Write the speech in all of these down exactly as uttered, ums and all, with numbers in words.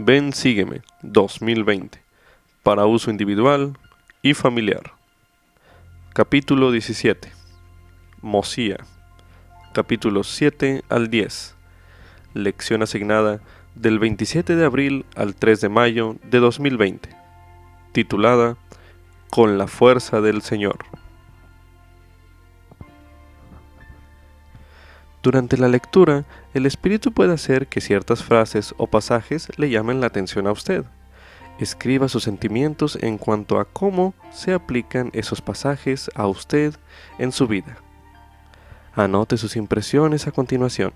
Ven, sígueme dos mil veinte, para uso individual y familiar. Capítulo diecisiete. Mosía. Capítulos siete al diez. Lección asignada del veintisiete de abril al tres de mayo de dos mil veinte. Titulada Con la fuerza del Señor. Durante la lectura, el Espíritu puede hacer que ciertas frases o pasajes le llamen la atención a usted. Escriba sus sentimientos en cuanto a cómo se aplican esos pasajes a usted en su vida. Anote sus impresiones a continuación.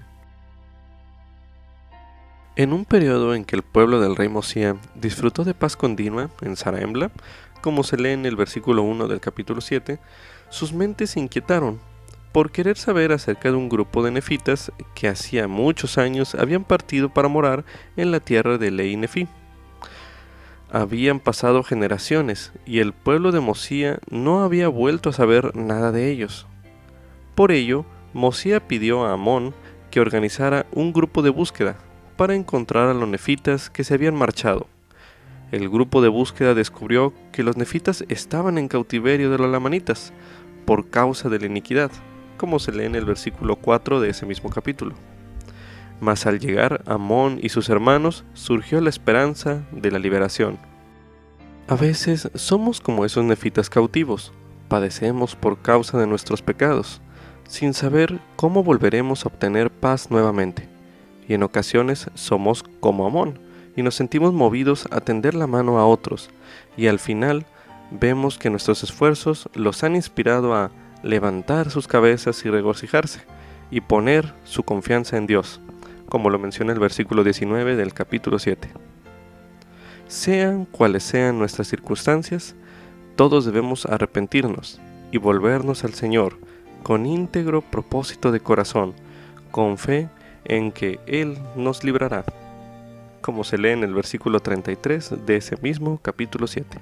En un periodo en que el pueblo del rey Mosía disfrutó de paz continua en Zarahemla, como se lee en el versículo uno del capítulo siete, sus mentes se inquietaron por querer saber acerca de un grupo de nefitas que hacía muchos años habían partido para morar en la tierra de Lehi Nefi. Habían pasado generaciones y el pueblo de Mosía no había vuelto a saber nada de ellos. Por ello, Mosía pidió a Amón que organizara un grupo de búsqueda para encontrar a los nefitas que se habían marchado. El grupo de búsqueda descubrió que los nefitas estaban en cautiverio de los lamanitas por causa de la iniquidad, como se lee en el versículo cuatro de ese mismo capítulo. Mas al llegar Amón y sus hermanos, surgió la esperanza de la liberación. A veces somos como esos nefitas cautivos, padecemos por causa de nuestros pecados, sin saber cómo volveremos a obtener paz nuevamente. Y en ocasiones somos como Amón, y nos sentimos movidos a tender la mano a otros, y al final vemos que nuestros esfuerzos los han inspirado a levantar sus cabezas y regocijarse, y poner su confianza en Dios, como lo menciona el versículo diecinueve del capítulo siete. Sean cuales sean nuestras circunstancias, todos debemos arrepentirnos y volvernos al Señor con íntegro propósito de corazón, con fe en que Él nos librará, como se lee en el versículo treinta y tres de ese mismo capítulo siete.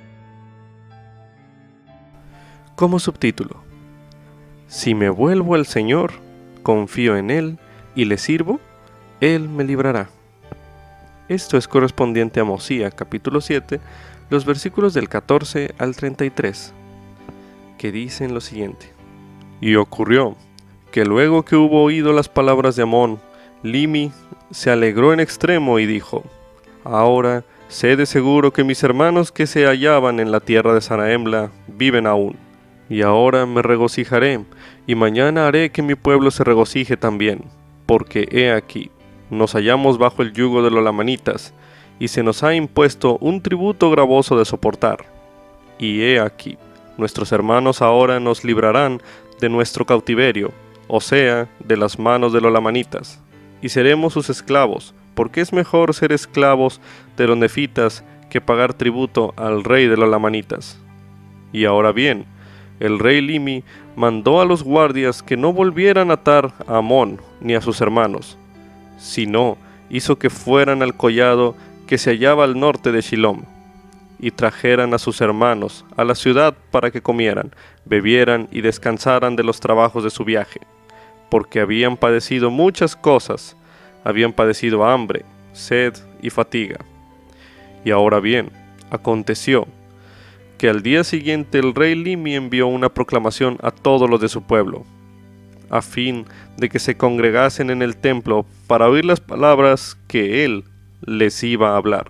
Como subtítulo: Si me vuelvo al Señor, confío en Él y le sirvo, Él me librará. Esto es correspondiente a Mosía, capítulo siete, los versículos del catorce al treinta y tres, que dicen lo siguiente: Y ocurrió que luego que hubo oído las palabras de Amón, Limi se alegró en extremo y dijo: Ahora sé de seguro que mis hermanos que se hallaban en la tierra de Zarahemla viven aún. Y ahora me regocijaré, y mañana haré que mi pueblo se regocije también, porque he aquí, nos hallamos bajo el yugo de los lamanitas, y se nos ha impuesto un tributo gravoso de soportar. Y he aquí, nuestros hermanos ahora nos librarán de nuestro cautiverio, o sea, de las manos de los lamanitas, y seremos sus esclavos, porque es mejor ser esclavos de los nefitas que pagar tributo al rey de los lamanitas. Y ahora bien, el rey Limi mandó a los guardias que no volvieran a atar a Amón ni a sus hermanos, sino hizo que fueran al collado que se hallaba al norte de Shilom, y trajeran a sus hermanos a la ciudad para que comieran, bebieran y descansaran de los trabajos de su viaje, porque habían padecido muchas cosas, habían padecido hambre, sed y fatiga. Y ahora bien, aconteció que al día siguiente el rey Limi envió una proclamación a todos los de su pueblo, a fin de que se congregasen en el templo para oír las palabras que él les iba a hablar.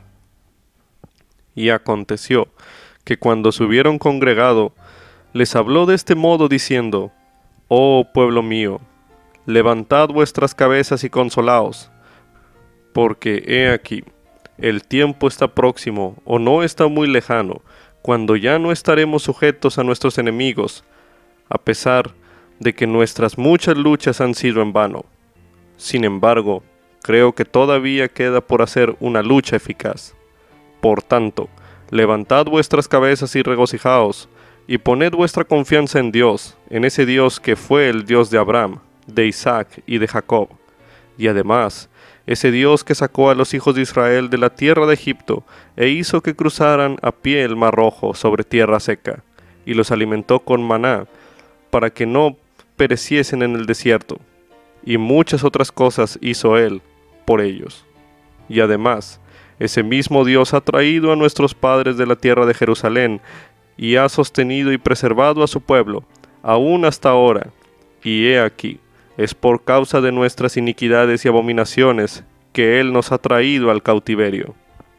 Y aconteció que cuando se hubieron congregado, les habló de este modo diciendo: Oh pueblo mío, levantad vuestras cabezas y consolaos, porque he aquí, el tiempo está próximo, o no está muy lejano, cuando ya no estaremos sujetos a nuestros enemigos, a pesar de que nuestras muchas luchas han sido en vano. Sin embargo, creo que todavía queda por hacer una lucha eficaz. Por tanto, levantad vuestras cabezas y regocijaos, y poned vuestra confianza en Dios, en ese Dios que fue el Dios de Abraham, de Isaac y de Jacob, y además, ese Dios que sacó a los hijos de Israel de la tierra de Egipto e hizo que cruzaran a pie el mar rojo sobre tierra seca, y los alimentó con maná, para que no pereciesen en el desierto, y muchas otras cosas hizo él por ellos. Y además, Ese mismo Dios ha traído a nuestros padres de la tierra de Jerusalén, y ha sostenido y preservado a su pueblo, aún hasta ahora. Y he aquí, es por causa de nuestras iniquidades y abominaciones que Él nos ha traído al cautiverio.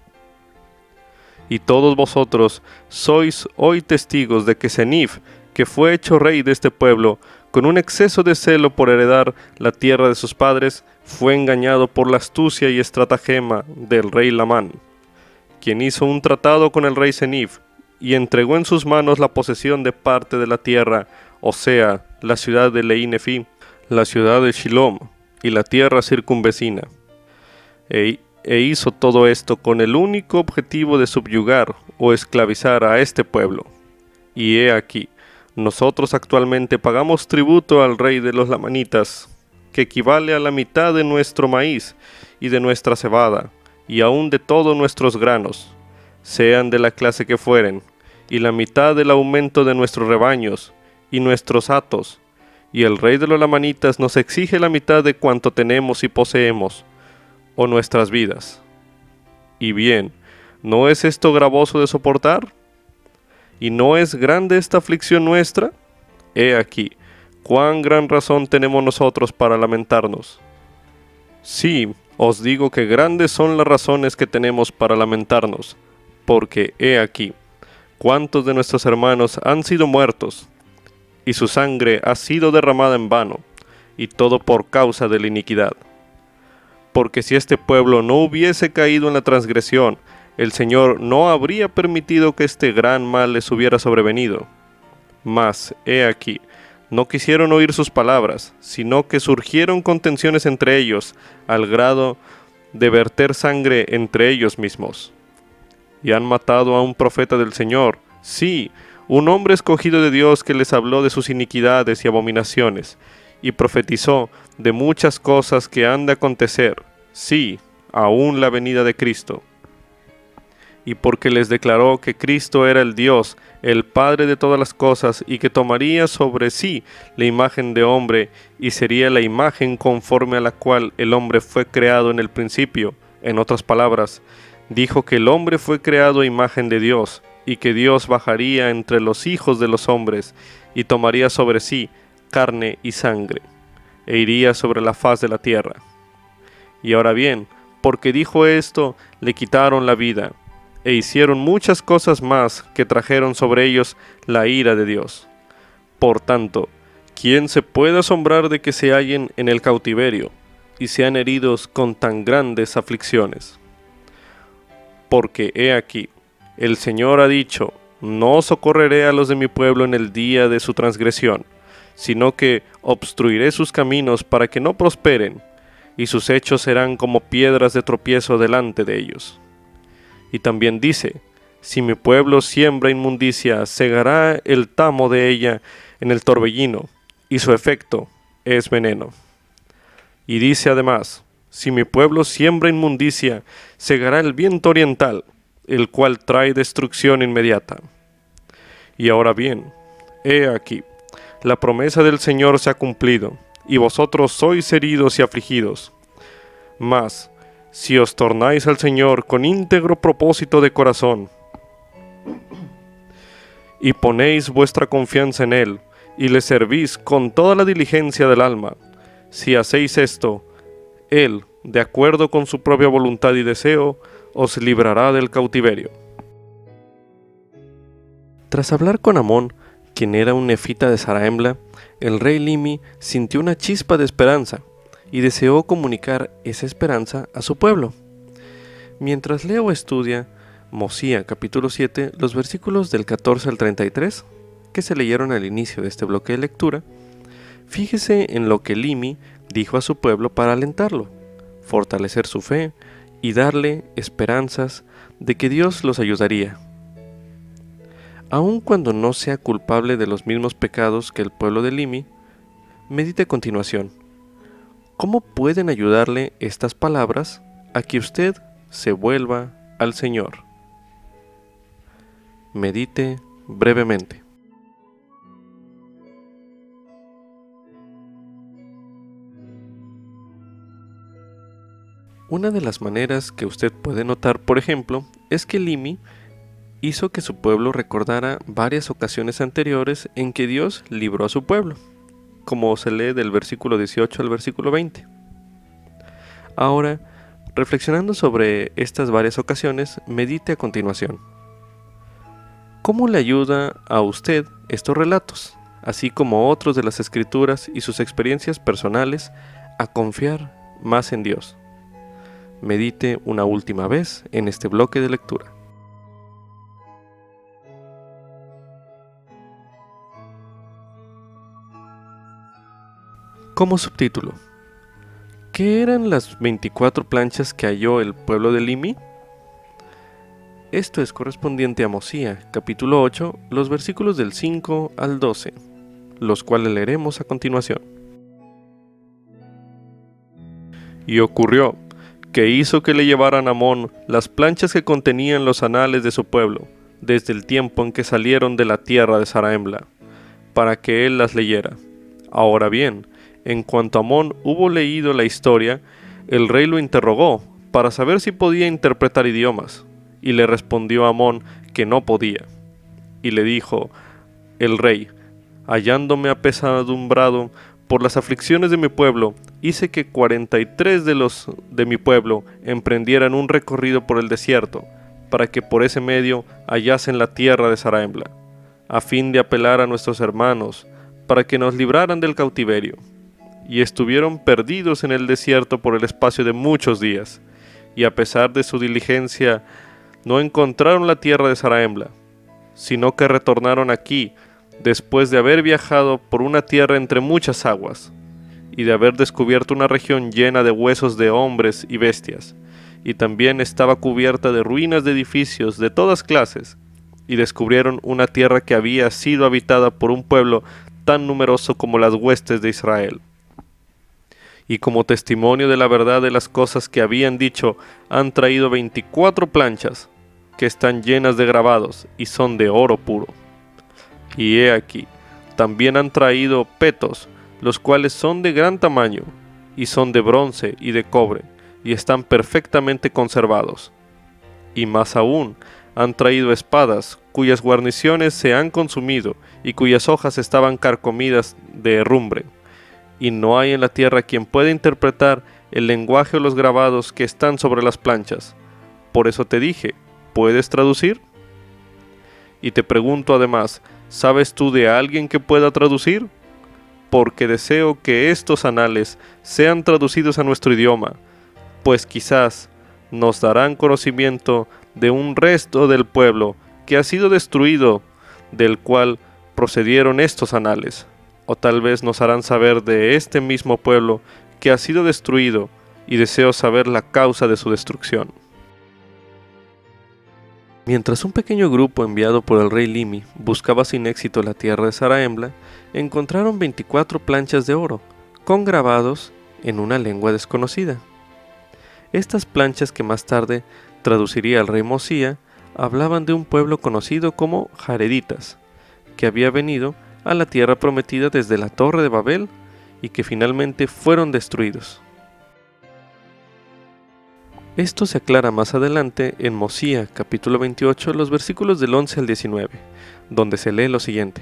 Y todos vosotros sois hoy testigos de que Senif, que fue hecho rey de este pueblo, con un exceso de celo por heredar la tierra de sus padres, fue engañado por la astucia y estratagema del rey Lamán, quien hizo un tratado con el rey Senif, y entregó en sus manos la posesión de parte de la tierra, o sea, la ciudad de Lehi-Nefi, la ciudad de Shilom, y la tierra circunvecina. E, e hizo todo esto con el único objetivo de subyugar o esclavizar a este pueblo. Y he aquí, nosotros actualmente pagamos tributo al rey de los lamanitas, que equivale a la mitad de nuestro maíz y de nuestra cebada, y aún de todos nuestros granos, sean de la clase que fueren, y la mitad del aumento de nuestros rebaños y nuestros hatos, y el rey de los lamanitas nos exige la mitad de cuanto tenemos y poseemos, o nuestras vidas. Y bien, ¿no es esto gravoso de soportar? ¿Y no es grande esta aflicción nuestra? He aquí, cuán gran razón tenemos nosotros para lamentarnos. Sí, os digo que grandes son las razones que tenemos para lamentarnos, porque he aquí, cuántos de nuestros hermanos han sido muertos, y su sangre ha sido derramada en vano, y todo por causa de la iniquidad. Porque si este pueblo no hubiese caído en la transgresión, el Señor no habría permitido que este gran mal les hubiera sobrevenido. Mas, he aquí, no quisieron oír sus palabras, sino que surgieron contenciones entre ellos, al grado de verter sangre entre ellos mismos. Y han matado a un profeta del Señor, sí, un hombre escogido de Dios que les habló de sus iniquidades y abominaciones, y profetizó de muchas cosas que han de acontecer, sí, aún la venida de Cristo. Y porque les declaró que Cristo era el Dios, el Padre de todas las cosas, y que tomaría sobre sí la imagen de hombre, y sería la imagen conforme a la cual el hombre fue creado en el principio. En otras palabras, dijo que el hombre fue creado a imagen de Dios, y que Dios bajaría entre los hijos de los hombres, y tomaría sobre sí carne y sangre, e iría sobre la faz de la tierra. Y ahora bien, porque dijo esto, le quitaron la vida, e hicieron muchas cosas más que trajeron sobre ellos la ira de Dios. Por tanto, ¿quién se puede asombrar de que se hallen en el cautiverio, y sean heridos con tan grandes aflicciones? Porque he aquí, el Señor ha dicho, no socorreré a los de mi pueblo en el día de su transgresión, sino que obstruiré sus caminos para que no prosperen, y sus hechos serán como piedras de tropiezo delante de ellos. Y también dice, si mi pueblo siembra inmundicia, segará el tamo de ella en el torbellino, y su efecto es veneno. Y dice además, si mi pueblo siembra inmundicia, segará el viento oriental, el cual trae destrucción inmediata. Y ahora bien, he aquí, la promesa del Señor se ha cumplido, y vosotros sois heridos y afligidos. Mas, si os tornáis al Señor con íntegro propósito de corazón, y ponéis vuestra confianza en Él, y le servís con toda la diligencia del alma, si hacéis esto, Él, de acuerdo con su propia voluntad y deseo, os librará del cautiverio. Tras hablar con Amón, quien era un nefita de Zarahemla, el rey Limi sintió una chispa de esperanza y deseó comunicar esa esperanza a su pueblo. Mientras Leo estudia Mosía capítulo siete, los versículos del catorce al treinta y tres, que se leyeron al inicio de este bloque de lectura, fíjese en lo que Limi dijo a su pueblo para alentarlo, fortalecer su fe y darle esperanzas de que Dios los ayudaría. Aun cuando no sea culpable de los mismos pecados que el pueblo de Limi, medite a continuación. ¿Cómo pueden ayudarle estas palabras a que usted se vuelva al Señor? Medite brevemente. Una de las maneras que usted puede notar, por ejemplo, es que Limi hizo que su pueblo recordara varias ocasiones anteriores en que Dios libró a su pueblo, como se lee del versículo dieciocho al versículo veinte. Ahora, reflexionando sobre estas varias ocasiones, medite a continuación. ¿Cómo le ayuda a usted estos relatos, así como otros de las Escrituras y sus experiencias personales, a confiar más en Dios? Medite una última vez en este bloque de lectura. Como subtítulo, ¿qué eran las veinticuatro planchas que halló el pueblo de Limi? Esto es correspondiente a Mosía, capítulo ocho, los versículos del cinco al doce, los cuales leeremos a continuación. Y ocurrió que hizo que le llevaran a Amón las planchas que contenían los anales de su pueblo, desde el tiempo en que salieron de la tierra de Zarahemla, para que él las leyera. Ahora bien, en cuanto Amón hubo leído la historia, el rey lo interrogó para saber si podía interpretar idiomas, y le respondió a Amón que no podía. Y le dijo el rey: hallándome apesadumbrado por las aflicciones de mi pueblo, hice que cuarenta y tres de los de mi pueblo emprendieran un recorrido por el desierto, para que por ese medio hallasen la tierra de Zarahemla, a fin de apelar a nuestros hermanos, para que nos libraran del cautiverio. Y estuvieron perdidos en el desierto por el espacio de muchos días, y a pesar de su diligencia, no encontraron la tierra de Zarahemla, sino que retornaron aquí, después de haber viajado por una tierra entre muchas aguas, y de haber descubierto una región llena de huesos de hombres y bestias, y también estaba cubierta de ruinas de edificios de todas clases, y descubrieron una tierra que había sido habitada por un pueblo tan numeroso como las huestes de Israel. Y como testimonio de la verdad de las cosas que habían dicho, han traído veinticuatro planchas, que están llenas de grabados, y son de oro puro. Y he aquí, también han traído petos, los cuales son de gran tamaño, y son de bronce y de cobre, y están perfectamente conservados. Y más aún, han traído espadas, cuyas guarniciones se han consumido, y cuyas hojas estaban carcomidas de herrumbre. Y no hay en la tierra quien pueda interpretar el lenguaje o los grabados que están sobre las planchas. Por eso te dije, ¿puedes traducir? Y te pregunto además, ¿sabes tú de alguien que pueda traducir? Porque deseo que estos anales sean traducidos a nuestro idioma, pues quizás nos darán conocimiento de un resto del pueblo que ha sido destruido, del cual procedieron estos anales. O tal vez nos harán saber de este mismo pueblo que ha sido destruido, y deseo saber la causa de su destrucción. Mientras un pequeño grupo enviado por el rey Limi buscaba sin éxito la tierra de Zarahemla, encontraron veinticuatro planchas de oro, con grabados en una lengua desconocida. Estas planchas, que más tarde traduciría el rey Mosía, hablaban de un pueblo conocido como jareditas, que había venido a la tierra prometida desde la torre de Babel y que finalmente fueron destruidos. Esto se aclara más adelante en Mosía, capítulo veintiocho, los versículos del once al diecinueve, donde se lee lo siguiente.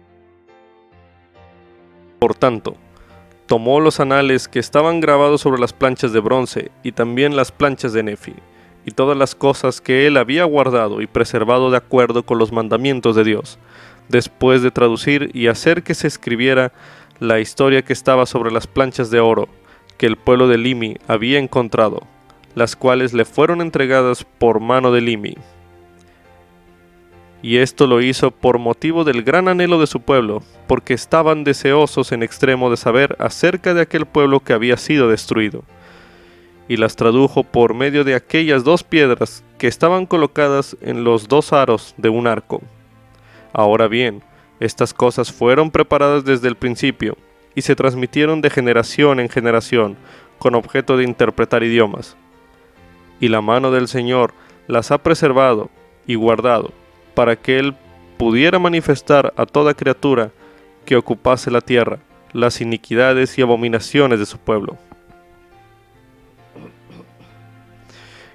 Por tanto, tomó los anales que estaban grabados sobre las planchas de bronce y también las planchas de Nefi, y todas las cosas que él había guardado y preservado de acuerdo con los mandamientos de Dios, después de traducir y hacer que se escribiera la historia que estaba sobre las planchas de oro que el pueblo de Limi había encontrado, las cuales le fueron entregadas por mano de Limi. Y esto lo hizo por motivo del gran anhelo de su pueblo, porque estaban deseosos en extremo de saber acerca de aquel pueblo que había sido destruido. Y las tradujo por medio de aquellas dos piedras que estaban colocadas en los dos aros de un arco. Ahora bien, estas cosas fueron preparadas desde el principio, y se transmitieron de generación en generación, con objeto de interpretar idiomas. Y la mano del Señor las ha preservado y guardado, para que Él pudiera manifestar a toda criatura que ocupase la tierra las iniquidades y abominaciones de su pueblo.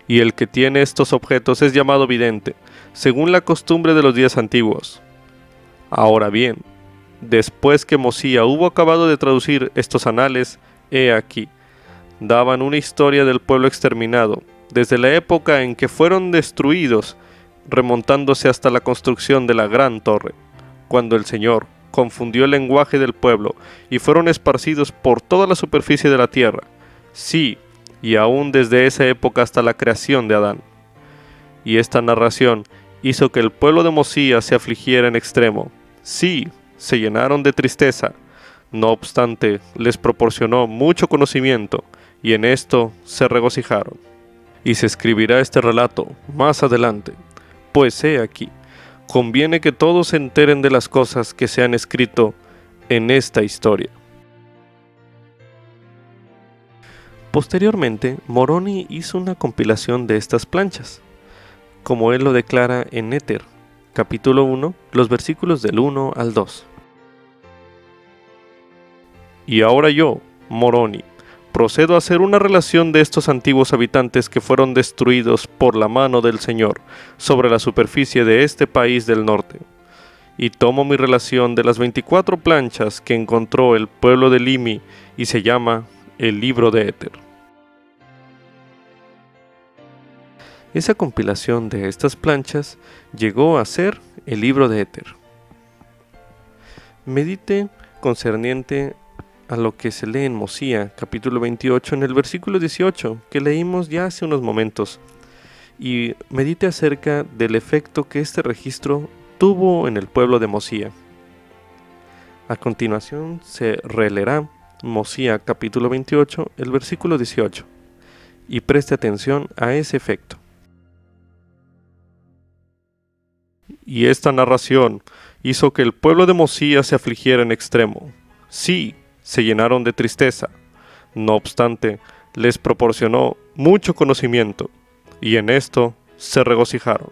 y el que tiene estos objetos es llamado vidente, según la costumbre de los días antiguos. Ahora bien, después que Mosía hubo acabado de traducir estos anales, he aquí, daban una historia del pueblo exterminado, desde la época en que fueron destruidos, remontándose hasta la construcción de la gran torre, cuando el Señor confundió el lenguaje del pueblo y fueron esparcidos por toda la superficie de la tierra, sí, y aún desde esa época hasta la creación de Adán. Y esta narración hizo que el pueblo de Mosía se afligiera en extremo, sí, se llenaron de tristeza, no obstante les proporcionó mucho conocimiento, y en esto se regocijaron. Y se escribirá este relato más adelante, pues he aquí, conviene que todos se enteren de las cosas que se han escrito en esta historia. Posteriormente, Moroni hizo una compilación de estas planchas, como él lo declara en Éter, capítulo uno, los versículos del uno al dos. Y ahora yo, Moroni, procedo a hacer una relación de estos antiguos habitantes que fueron destruidos por la mano del Señor sobre la superficie de este país del norte. Y tomo mi relación de las veinticuatro planchas que encontró el pueblo de Limi y se llama el libro de Éter. Esa compilación de estas planchas llegó a ser el libro de Éter. Medite concerniente a lo que se lee en Mosía, capítulo veintiocho, en el versículo dieciocho, que leímos ya hace unos momentos, y medite acerca del efecto que este registro tuvo en el pueblo de Mosía. A continuación se releerá Mosía, capítulo veintiocho, el versículo dieciocho, y preste atención a ese efecto. Y esta narración hizo que el pueblo de Mosía se afligiera en extremo. Sí, se llenaron de tristeza. No obstante, les proporcionó mucho conocimiento, y en esto se regocijaron.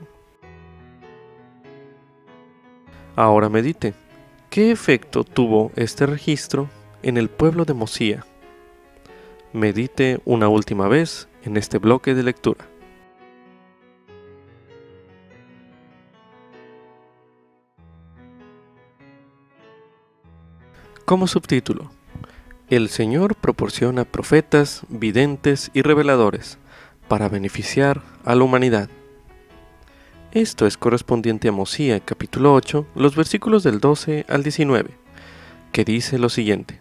Ahora medite, ¿qué efecto tuvo este registro en el pueblo de Mosía? Medite una última vez en este bloque de lectura. Como subtítulo, el Señor proporciona profetas, videntes y reveladores para beneficiar a la humanidad. Esto es correspondiente a Mosía, capítulo ocho, los versículos del doce al diecinueve, que dice lo siguiente.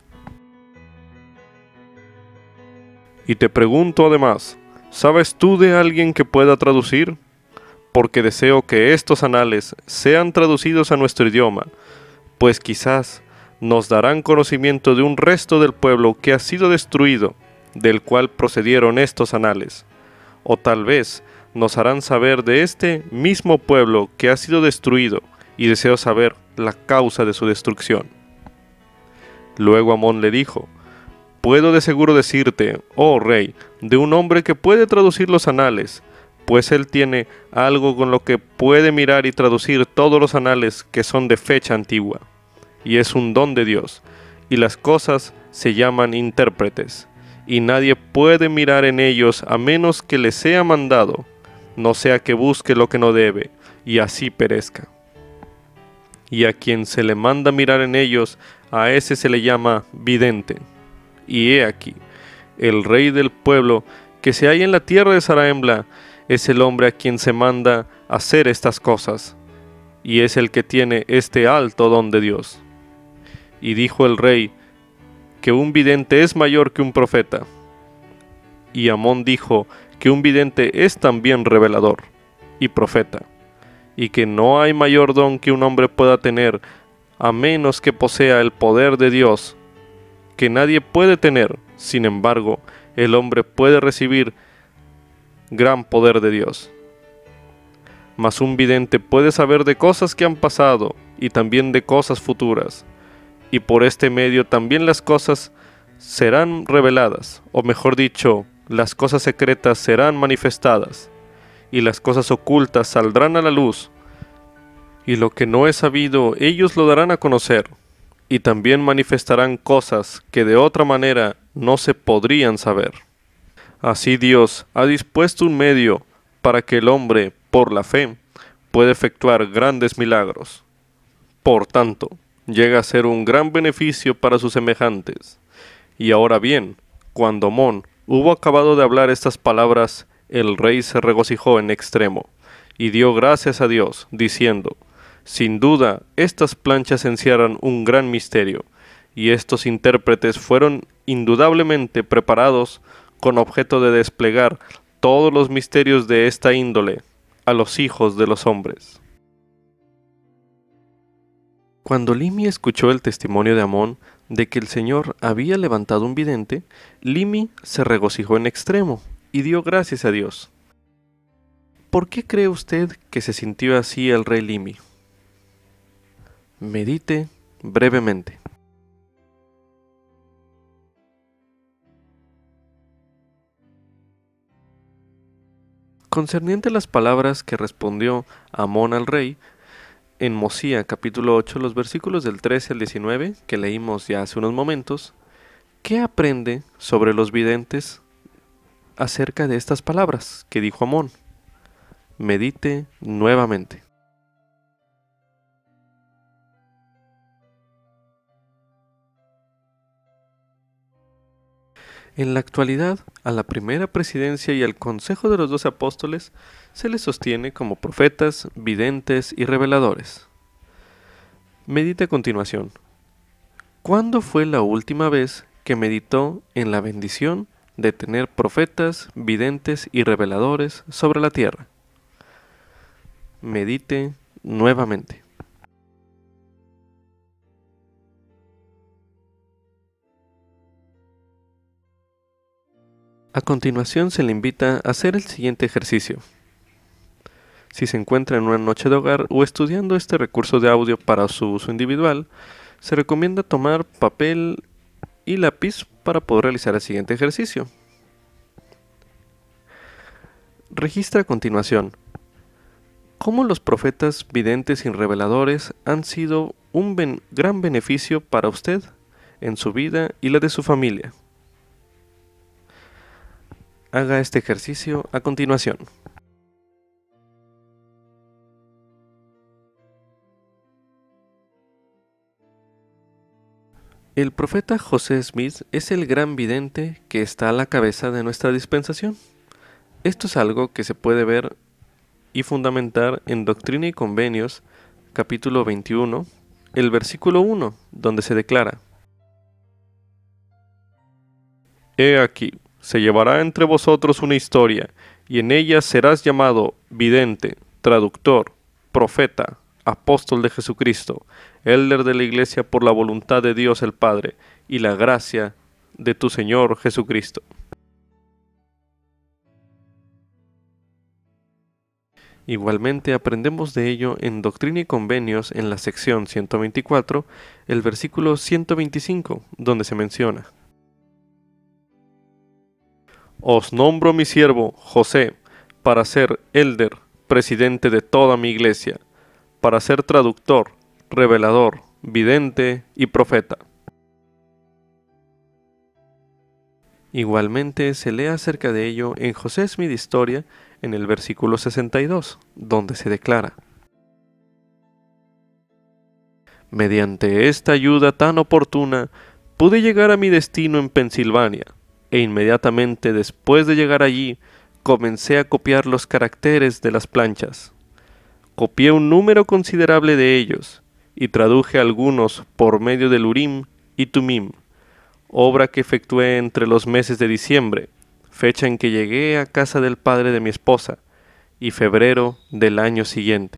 Y te pregunto además, ¿sabes tú de alguien que pueda traducir? Porque deseo que estos anales sean traducidos a nuestro idioma, pues quizás nos darán conocimiento de un resto del pueblo que ha sido destruido, del cual procedieron estos anales, o tal vez nos harán saber de este mismo pueblo que ha sido destruido, y deseo saber la causa de su destrucción. Luego Amón le dijo, puedo de seguro decirte, oh rey, de un hombre que puede traducir los anales, pues él tiene algo con lo que puede mirar y traducir todos los anales que son de fecha antigua. Y es un don de Dios, y las cosas se llaman intérpretes, y nadie puede mirar en ellos a menos que le sea mandado, no sea que busque lo que no debe, y así perezca. Y a quien se le manda mirar en ellos, a ese se le llama vidente. Y he aquí, el rey del pueblo que se halla en la tierra de Zarahemla, es el hombre a quien se manda hacer estas cosas, y es el que tiene este alto don de Dios. Y dijo el rey, que un vidente es mayor que un profeta. Y Amón dijo, que un vidente es también revelador y profeta, y que no hay mayor don que un hombre pueda tener, a menos que posea el poder de Dios, que nadie puede tener. Sin embargo, el hombre puede recibir gran poder de Dios. Mas un vidente puede saber de cosas que han pasado, y también de cosas futuras, y por este medio también las cosas serán reveladas, o mejor dicho, las cosas secretas serán manifestadas, y las cosas ocultas saldrán a la luz, y lo que no es sabido ellos lo darán a conocer, y también manifestarán cosas que de otra manera no se podrían saber. Así Dios ha dispuesto un medio para que el hombre, por la fe, pueda efectuar grandes milagros. Por tanto, llega a ser un gran beneficio para sus semejantes. Y ahora bien, cuando Amón hubo acabado de hablar estas palabras, el rey se regocijó en extremo, y dio gracias a Dios, diciendo: sin duda, estas planchas encierran un gran misterio, y estos intérpretes fueron indudablemente preparados con objeto de desplegar todos los misterios de esta índole a los hijos de los hombres. Cuando Limi escuchó el testimonio de Amón de que el Señor había levantado un vidente, Limi se regocijó en extremo y dio gracias a Dios. ¿Por qué cree usted que se sintió así el rey Limi? Medite brevemente. Concerniente a las palabras que respondió Amón al rey, en Mosía capítulo ocho, los versículos del trece al diecinueve, que leímos ya hace unos momentos, ¿qué aprende sobre los videntes acerca de estas palabras que dijo Amón? Medite nuevamente. En la actualidad, a la primera presidencia y al consejo de los doce apóstoles se les sostiene como profetas, videntes y reveladores. Medite a continuación. ¿Cuándo fue la última vez que meditó en la bendición de tener profetas, videntes y reveladores sobre la tierra? Medite nuevamente. A continuación se le invita a hacer el siguiente ejercicio. Si se encuentra en una noche de hogar o estudiando este recurso de audio para su uso individual, se recomienda tomar papel y lápiz para poder realizar el siguiente ejercicio. Registra a continuación cómo los profetas, videntes y reveladores han sido un ben- gran beneficio para usted en su vida y la de su familia. Haga este ejercicio a continuación. El profeta José Smith es el gran vidente que está a la cabeza de nuestra dispensación. Esto es algo que se puede ver y fundamentar en Doctrina y Convenios, capítulo veintiuno, el versículo uno, donde se declara: He aquí, se llevará entre vosotros una historia, y en ella serás llamado vidente, traductor, profeta, apóstol de Jesucristo, elder de la Iglesia por la voluntad de Dios el Padre y la gracia de tu Señor Jesucristo. Igualmente aprendemos de ello en Doctrina y Convenios en la sección ciento veinticuatro, el versículo ciento veinticinco, donde se menciona: Os nombro mi siervo José para ser elder, presidente de toda mi iglesia, para ser traductor, revelador, vidente y profeta. Igualmente se lee acerca de ello en José Smith Historia en el versículo sesenta y dos, donde se declara: Mediante esta ayuda tan oportuna pude llegar a mi destino en Pensilvania, e inmediatamente después de llegar allí comencé a copiar los caracteres de las planchas. Copié un número considerable de ellos y traduje algunos por medio del Urim y Tumim, obra que efectué entre los meses de diciembre, fecha en que llegué a casa del padre de mi esposa, y febrero del año siguiente.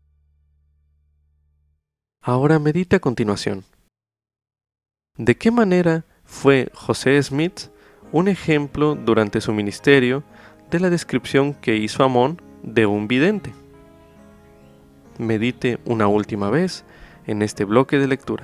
Ahora medita a continuación. ¿De qué manera fue José Smith un ejemplo durante su ministerio de la descripción que hizo Amón de un vidente? Medite una última vez en este bloque de lectura.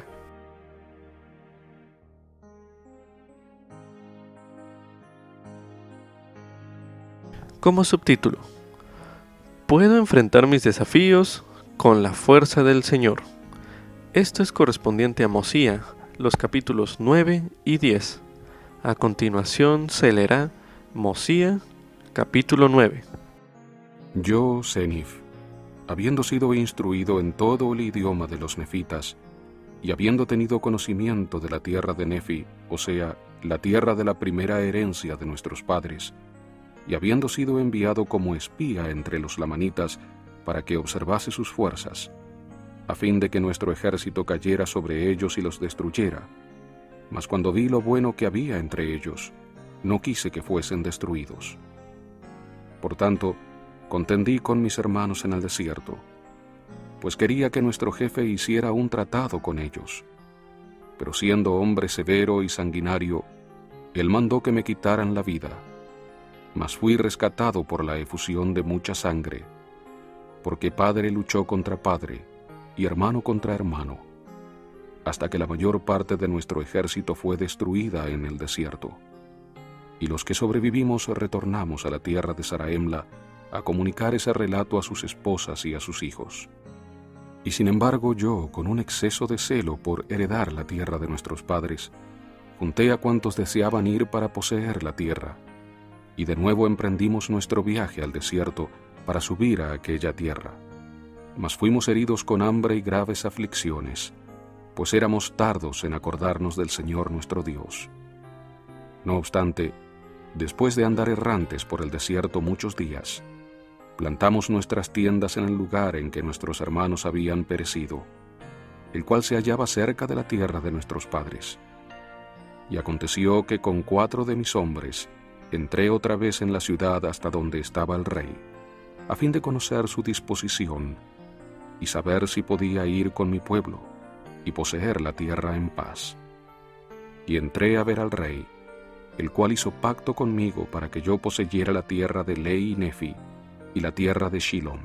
Como subtítulo: Puedo enfrentar mis desafíos con la fuerza del Señor. Esto es correspondiente a Mosía, los capítulos nueve y diez. A continuación se leerá Mosía, capítulo nueve. Yo, Senif, habiendo sido instruido en todo el idioma de los nefitas, y habiendo tenido conocimiento de la tierra de Nefi, o sea, la tierra de la primera herencia de nuestros padres, y habiendo sido enviado como espía entre los lamanitas para que observase sus fuerzas, a fin de que nuestro ejército cayera sobre ellos y los destruyera. Mas cuando vi lo bueno que había entre ellos, no quise que fuesen destruidos. Por tanto, contendí con mis hermanos en el desierto, pues quería que nuestro jefe hiciera un tratado con ellos. Pero siendo hombre severo y sanguinario, él mandó que me quitaran la vida. Mas fui rescatado por la efusión de mucha sangre, porque padre luchó contra padre y hermano contra hermano, hasta que la mayor parte de nuestro ejército fue destruida en el desierto. Y los que sobrevivimos retornamos a la tierra de Zaraemla a comunicar ese relato a sus esposas y a sus hijos. Y sin embargo yo, con un exceso de celo por heredar la tierra de nuestros padres, junté a cuantos deseaban ir para poseer la tierra, y de nuevo emprendimos nuestro viaje al desierto para subir a aquella tierra. Mas fuimos heridos con hambre y graves aflicciones, pues éramos tardos en acordarnos del Señor nuestro Dios. No obstante, después de andar errantes por el desierto muchos días, plantamos nuestras tiendas en el lugar en que nuestros hermanos habían perecido, el cual se hallaba cerca de la tierra de nuestros padres. Y aconteció que con cuatro de mis hombres entré otra vez en la ciudad hasta donde estaba el rey, a fin de conocer su disposición y saber si podía ir con mi pueblo y poseer la tierra en paz. Y entré a ver al rey, el cual hizo pacto conmigo para que yo poseyera la tierra de Lei y Nefi y la tierra de Shilom.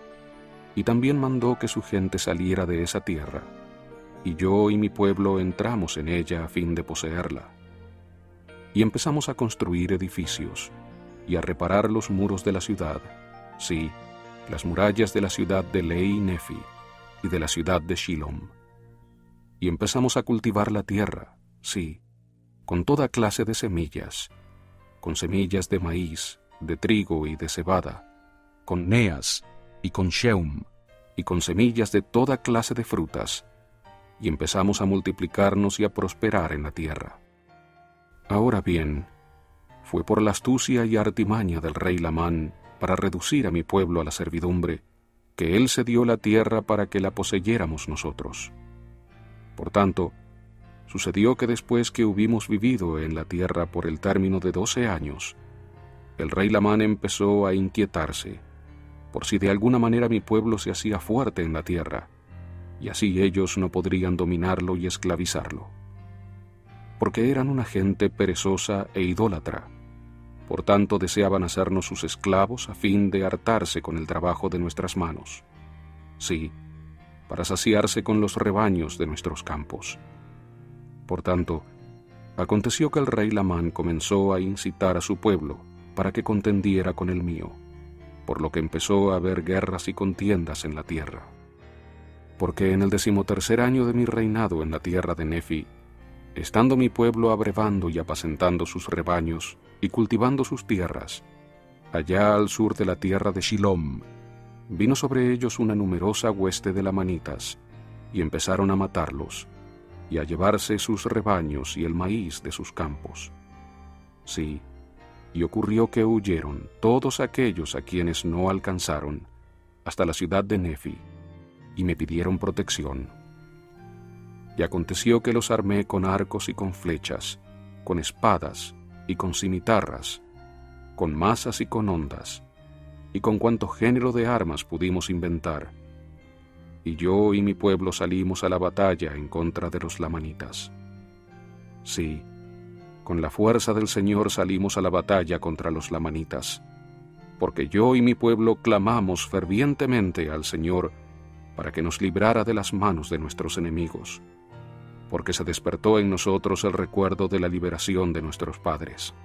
Y también mandó que su gente saliera de esa tierra, y yo y mi pueblo entramos en ella a fin de poseerla. Y empezamos a construir edificios y a reparar los muros de la ciudad, sí, las murallas de la ciudad de Lei y Nefi y de la ciudad de Shilom. Y empezamos a cultivar la tierra, sí, con toda clase de semillas, con semillas de maíz, de trigo y de cebada, con neas y con sheum, y con semillas de toda clase de frutas, y empezamos a multiplicarnos y a prosperar en la tierra. Ahora bien, fue por la astucia y artimaña del rey Lamán para reducir a mi pueblo a la servidumbre, que él cedió la tierra para que la poseyéramos nosotros. Por tanto, sucedió que después que hubimos vivido en la tierra por el término de doce años, el rey Lamán empezó a inquietarse, por si de alguna manera mi pueblo se hacía fuerte en la tierra, y así ellos no podrían dominarlo y esclavizarlo. Porque eran una gente perezosa e idólatra, por tanto deseaban hacernos sus esclavos a fin de hartarse con el trabajo de nuestras manos, sí, para saciarse con los rebaños de nuestros campos. Por tanto, aconteció que el rey Lamán comenzó a incitar a su pueblo para que contendiera con el mío, por lo que empezó a haber guerras y contiendas en la tierra. Porque en el decimotercer año de mi reinado en la tierra de Nefi, estando mi pueblo abrevando y apacentando sus rebaños y cultivando sus tierras, allá al sur de la tierra de Shilom, vino sobre ellos una numerosa hueste de lamanitas, y empezaron a matarlos, y a llevarse sus rebaños y el maíz de sus campos. Sí, y ocurrió que huyeron todos aquellos a quienes no alcanzaron hasta la ciudad de Nefi, y me pidieron protección. Y aconteció que los armé con arcos y con flechas, con espadas y con cimitarras, con mazas y con hondas, y con cuanto género de armas pudimos inventar. Y yo y mi pueblo salimos a la batalla en contra de los lamanitas. Sí, con la fuerza del Señor salimos a la batalla contra los lamanitas, porque yo y mi pueblo clamamos fervientemente al Señor para que nos librara de las manos de nuestros enemigos, porque se despertó en nosotros el recuerdo de la liberación de nuestros padres.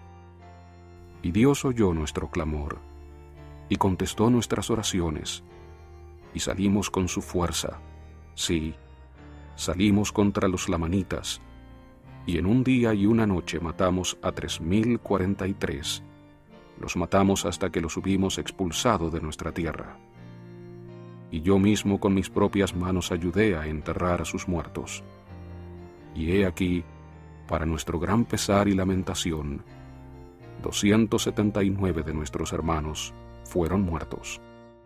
Y Dios oyó nuestro clamor, y contestó nuestras oraciones, y salimos con su fuerza, sí, salimos contra los lamanitas, y en un día y una noche matamos a tres mil cuarenta y tres, los matamos hasta que los hubimos expulsado de nuestra tierra. Y yo mismo con mis propias manos ayudé a enterrar a sus muertos. Y he aquí, para nuestro gran pesar y lamentación, doscientos setenta y nueve de nuestros hermanos fueron muertos.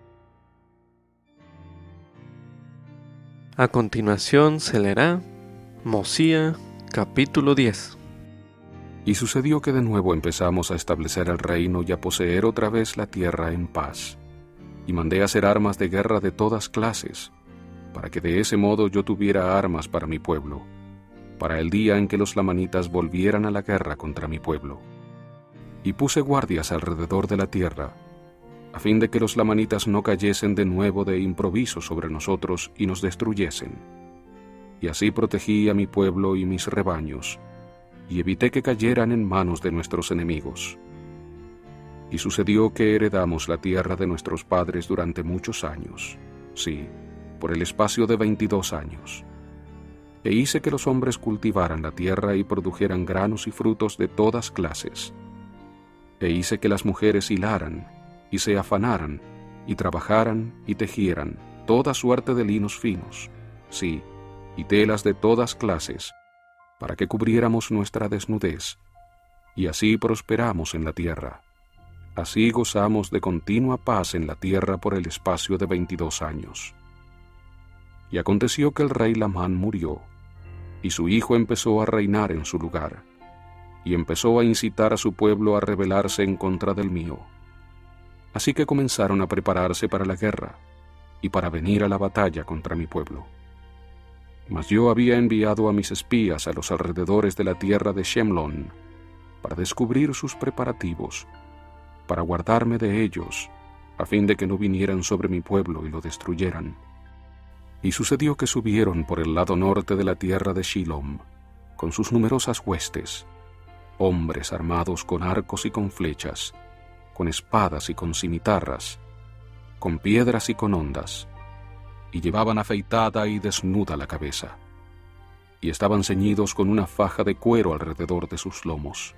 A continuación se leerá Mosía, capítulo diez. Y sucedió que de nuevo empezamos a establecer el reino y a poseer otra vez la tierra en paz. Y mandé hacer armas de guerra de todas clases, para que de ese modo yo tuviera armas para mi pueblo, para el día en que los lamanitas volvieran a la guerra contra mi pueblo. Y puse guardias alrededor de la tierra, a fin de que los lamanitas no cayesen de nuevo de improviso sobre nosotros y nos destruyesen. Y así protegí a mi pueblo y mis rebaños, y evité que cayeran en manos de nuestros enemigos. Y sucedió que heredamos la tierra de nuestros padres durante muchos años, sí, por el espacio de veintidós años. E hice que los hombres cultivaran la tierra y produjeran granos y frutos de todas clases. E hice que las mujeres hilaran, y se afanaran, y trabajaran, y tejieran toda suerte de linos finos, sí, y telas de todas clases, para que cubriéramos nuestra desnudez, y así prosperamos en la tierra. Así gozamos de continua paz en la tierra por el espacio de veintidós años. Y aconteció que el rey Lamán murió, y su hijo empezó a reinar en su lugar, y empezó a incitar a su pueblo a rebelarse en contra del mío. Así que comenzaron a prepararse para la guerra, y para venir a la batalla contra mi pueblo. Mas yo había enviado a mis espías a los alrededores de la tierra de Shemlón, para descubrir sus preparativos, para guardarme de ellos, a fin de que no vinieran sobre mi pueblo y lo destruyeran. Y sucedió que subieron por el lado norte de la tierra de Shilom, con sus numerosas huestes, hombres armados con arcos y con flechas, con espadas y con cimitarras, con piedras y con hondas, y llevaban afeitada y desnuda la cabeza, y estaban ceñidos con una faja de cuero alrededor de sus lomos.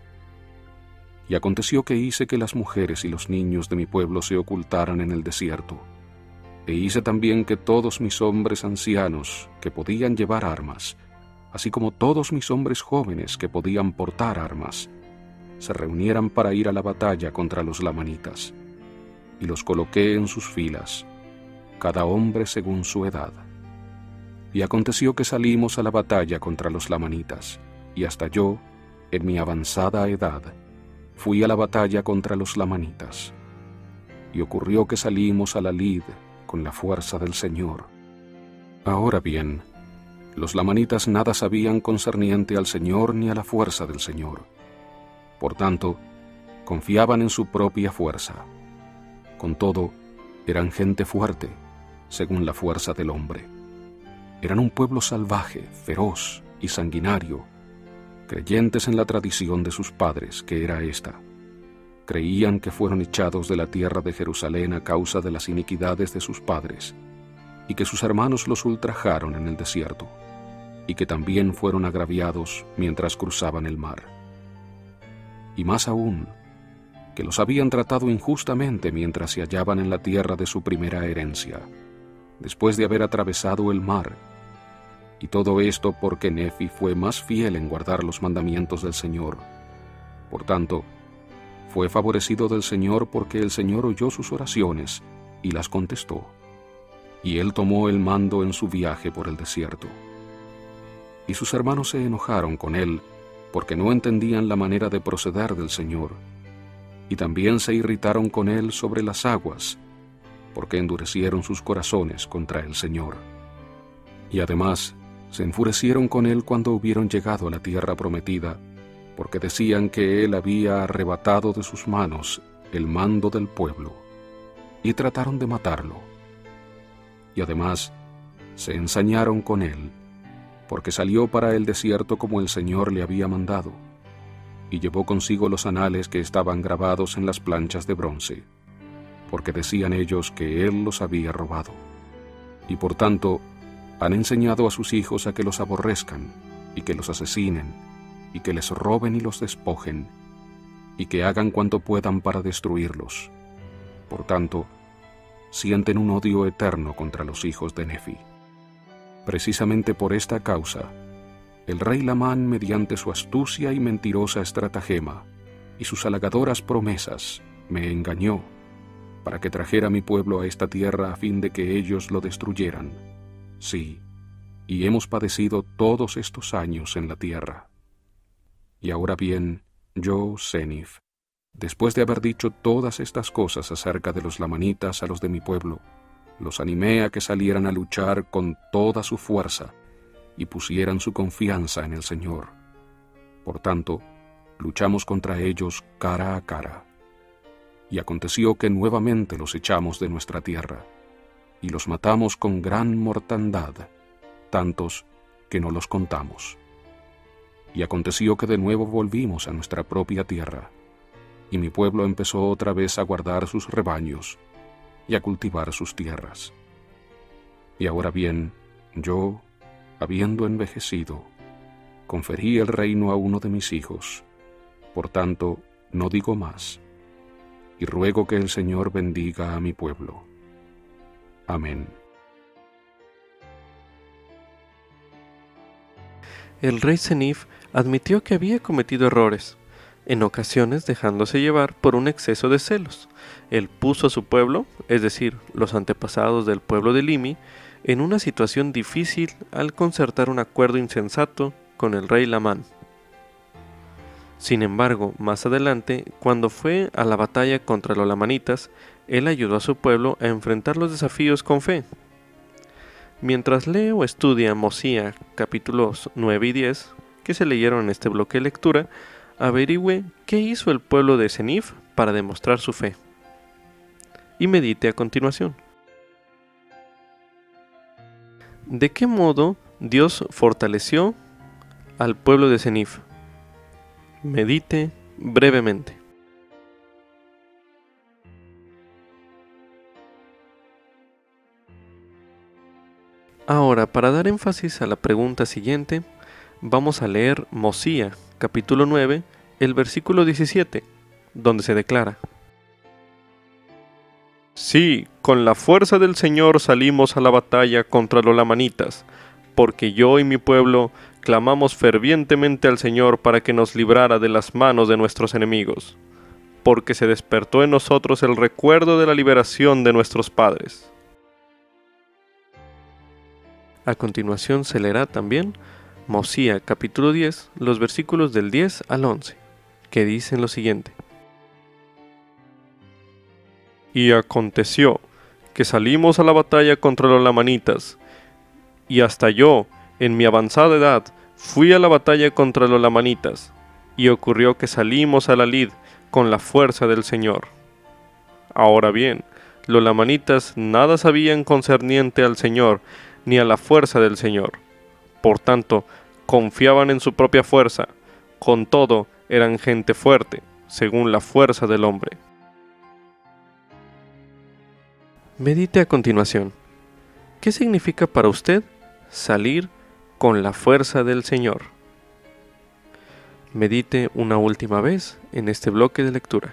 Y aconteció que hice que las mujeres y los niños de mi pueblo se ocultaran en el desierto, e hice también que todos mis hombres ancianos que podían llevar armas, así como todos mis hombres jóvenes que podían portar armas, se reunieran para ir a la batalla contra los lamanitas, y los coloqué en sus filas, cada hombre según su edad. Y aconteció que salimos a la batalla contra los lamanitas, y hasta yo, en mi avanzada edad, fui a la batalla contra los lamanitas. Y ocurrió que salimos a la lid con la fuerza del Señor. Ahora bien, los lamanitas nada sabían concerniente al Señor ni a la fuerza del Señor. Por tanto, confiaban en su propia fuerza. Con todo, eran gente fuerte, según la fuerza del hombre. Eran un pueblo salvaje, feroz y sanguinario, creyentes en la tradición de sus padres, que era esta. Creían que fueron echados de la tierra de Jerusalén a causa de las iniquidades de sus padres, y que sus hermanos los ultrajaron en el desierto, y que también fueron agraviados mientras cruzaban el mar. Y más aún, que los habían tratado injustamente mientras se hallaban en la tierra de su primera herencia, después de haber atravesado el mar. Y todo esto porque Nefi fue más fiel en guardar los mandamientos del Señor. Por tanto, fue favorecido del Señor porque el Señor oyó sus oraciones y las contestó. Y él tomó el mando en su viaje por el desierto. Y sus hermanos se enojaron con él porque no entendían la manera de proceder del Señor. Y también se irritaron con él sobre las aguas, porque endurecieron sus corazones contra el Señor. Y además se enfurecieron con él cuando hubieron llegado a la tierra prometida, porque decían que él había arrebatado de sus manos el mando del pueblo, y trataron de matarlo. Y además se ensañaron con él, porque salió para el desierto como el Señor le había mandado, y llevó consigo los anales que estaban grabados en las planchas de bronce, porque decían ellos que él los había robado. Y por tanto han enseñado a sus hijos a que los aborrezcan, y que los asesinen, y que les roben y los despojen, y que hagan cuanto puedan para destruirlos. Por tanto, sienten un odio eterno contra los hijos de Nefi. Precisamente por esta causa, el rey Lamán, mediante su astucia y mentirosa estratagema y sus halagadoras promesas, me engañó para que trajera a mi pueblo a esta tierra a fin de que ellos lo destruyeran. Sí, y hemos padecido todos estos años en la tierra. Y ahora bien, yo, Senif, después de haber dicho todas estas cosas acerca de los lamanitas a los de mi pueblo, los animé a que salieran a luchar con toda su fuerza y pusieran su confianza en el Señor. Por tanto, luchamos contra ellos cara a cara. Y aconteció que nuevamente los echamos de nuestra tierra, y los matamos con gran mortandad, tantos que no los contamos. Y aconteció que de nuevo volvimos a nuestra propia tierra, y mi pueblo empezó otra vez a guardar sus rebaños y a cultivar sus tierras. Y ahora bien, yo, habiendo envejecido, conferí el reino a uno de mis hijos. Por tanto, no digo más, y ruego que el Señor bendiga a mi pueblo. Amén. El rey Senif admitió que había cometido errores, en ocasiones dejándose llevar por un exceso de celos. Él puso a su pueblo, es decir, los antepasados del pueblo de Limi, en una situación difícil al concertar un acuerdo insensato con el rey Lamán. Sin embargo, más adelante, cuando fue a la batalla contra los lamanitas, él ayudó a su pueblo a enfrentar los desafíos con fe. Mientras lee o estudia Mosía capítulos nueve y diez, que se leyeron en este bloque de lectura, averigüe qué hizo el pueblo de Senif para demostrar su fe. Y medite a continuación. ¿De qué modo Dios fortaleció al pueblo de Senif? Medite brevemente. Ahora, para dar énfasis a la pregunta siguiente, vamos a leer Mosía, capítulo nueve, el versículo diecisiete, donde se declara: Sí, con la fuerza del Señor salimos a la batalla contra los lamanitas, porque yo y mi pueblo clamamos fervientemente al Señor para que nos librara de las manos de nuestros enemigos, porque se despertó en nosotros el recuerdo de la liberación de nuestros padres. A continuación se leerá también Mosía capítulo diez, los versículos del diez al once, que dicen lo siguiente: Y aconteció que salimos a la batalla contra los lamanitas, y hasta yo, en mi avanzada edad, fui a la batalla contra los lamanitas, y ocurrió que salimos a la lid con la fuerza del Señor. Ahora bien, los lamanitas nada sabían concerniente al Señor, ni a la fuerza del Señor. Por tanto, confiaban en su propia fuerza, con todo eran gente fuerte, según la fuerza del hombre. Medite a continuación. ¿Qué significa para usted salir con la fuerza del Señor? Medite una última vez en este bloque de lectura.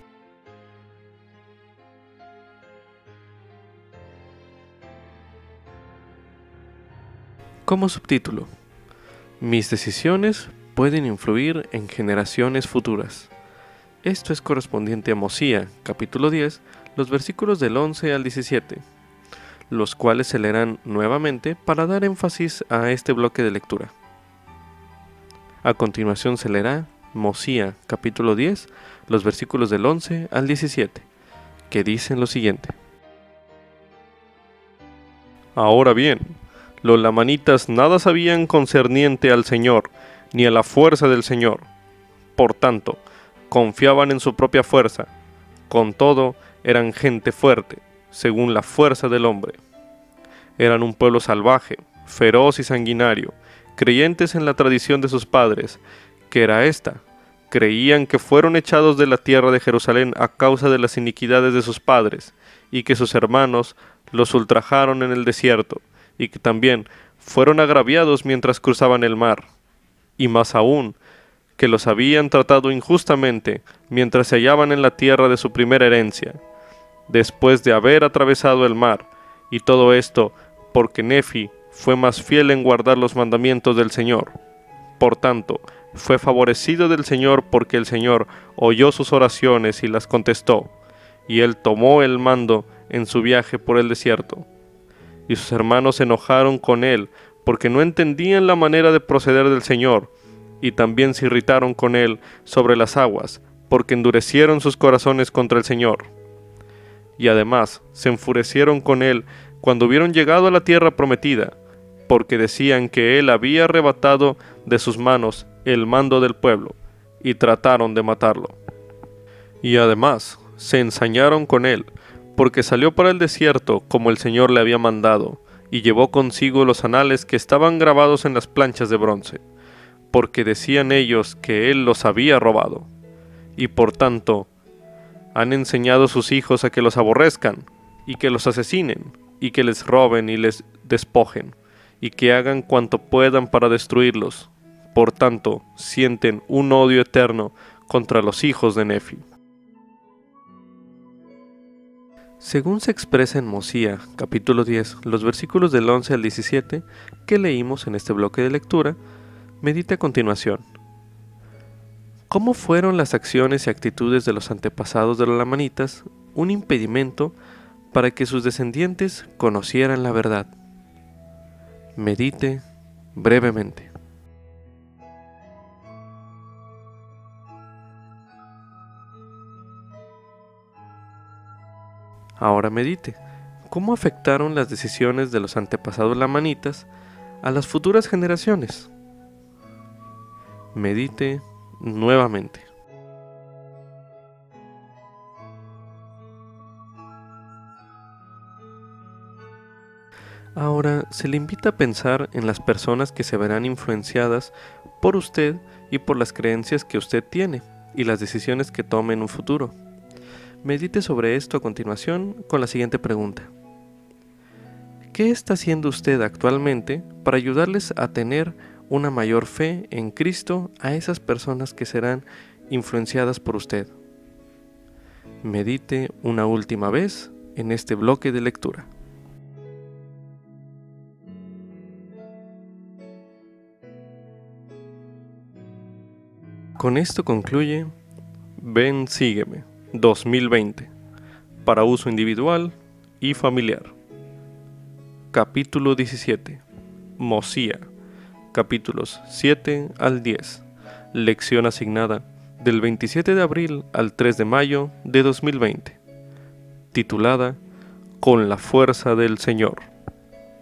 Como subtítulo: Mis decisiones pueden influir en generaciones futuras. Esto es correspondiente a Mosía, capítulo diez, los versículos del once al diecisiete, los cuales se leerán nuevamente para dar énfasis a este bloque de lectura. A continuación se leerá Mosía, capítulo diez, los versículos del once al diecisiete, que dicen lo siguiente: Ahora bien, los lamanitas nada sabían concerniente al Señor, ni a la fuerza del Señor. Por tanto, confiaban en su propia fuerza. Con todo, eran gente fuerte, según la fuerza del hombre. Eran un pueblo salvaje, feroz y sanguinario, creyentes en la tradición de sus padres, que era esta: creían que fueron echados de la tierra de Jerusalén a causa de las iniquidades de sus padres, y que sus hermanos los ultrajaron en el desierto, y que también fueron agraviados mientras cruzaban el mar, y más aún, que los habían tratado injustamente mientras se hallaban en la tierra de su primera herencia, después de haber atravesado el mar, y todo esto porque Nefi fue más fiel en guardar los mandamientos del Señor. Por tanto, fue favorecido del Señor porque el Señor oyó sus oraciones y las contestó, y él tomó el mando en su viaje por el desierto. Y sus hermanos se enojaron con él porque no entendían la manera de proceder del Señor, y también se irritaron con él sobre las aguas, porque endurecieron sus corazones contra el Señor. Y además se enfurecieron con él cuando hubieron llegado a la tierra prometida, porque decían que él había arrebatado de sus manos el mando del pueblo, y trataron de matarlo. Y además se ensañaron con él, porque salió para el desierto como el Señor le había mandado, y llevó consigo los anales que estaban grabados en las planchas de bronce, porque decían ellos que él los había robado, y por tanto han enseñado a sus hijos a que los aborrezcan, y que los asesinen, y que les roben y les despojen, y que hagan cuanto puedan para destruirlos. Por tanto, sienten un odio eterno contra los hijos de Nefi. Según se expresa en Mosía, capítulo diez, los versículos del once al diecisiete, que leímos en este bloque de lectura, medite a continuación. ¿Cómo fueron las acciones y actitudes de los antepasados de los lamanitas un impedimento para que sus descendientes conocieran la verdad? Medite brevemente. Ahora medite, ¿cómo afectaron las decisiones de los antepasados lamanitas a las futuras generaciones? Medite nuevamente. Ahora se le invita a pensar en las personas que se verán influenciadas por usted y por las creencias que usted tiene y las decisiones que tome en un futuro. Medite sobre esto a continuación con la siguiente pregunta. ¿Qué está haciendo usted actualmente para ayudarles a tener una mayor fe en Cristo a esas personas que serán influenciadas por usted? Medite una última vez en este bloque de lectura. Con esto concluye Ven, sígueme dos mil veinte para uso individual y familiar. Capítulo diecisiete. Mosía, capítulos siete al diez. Lección asignada del veintisiete de abril al tres de mayo de dos mil veinte. Titulada Con la fuerza del Señor.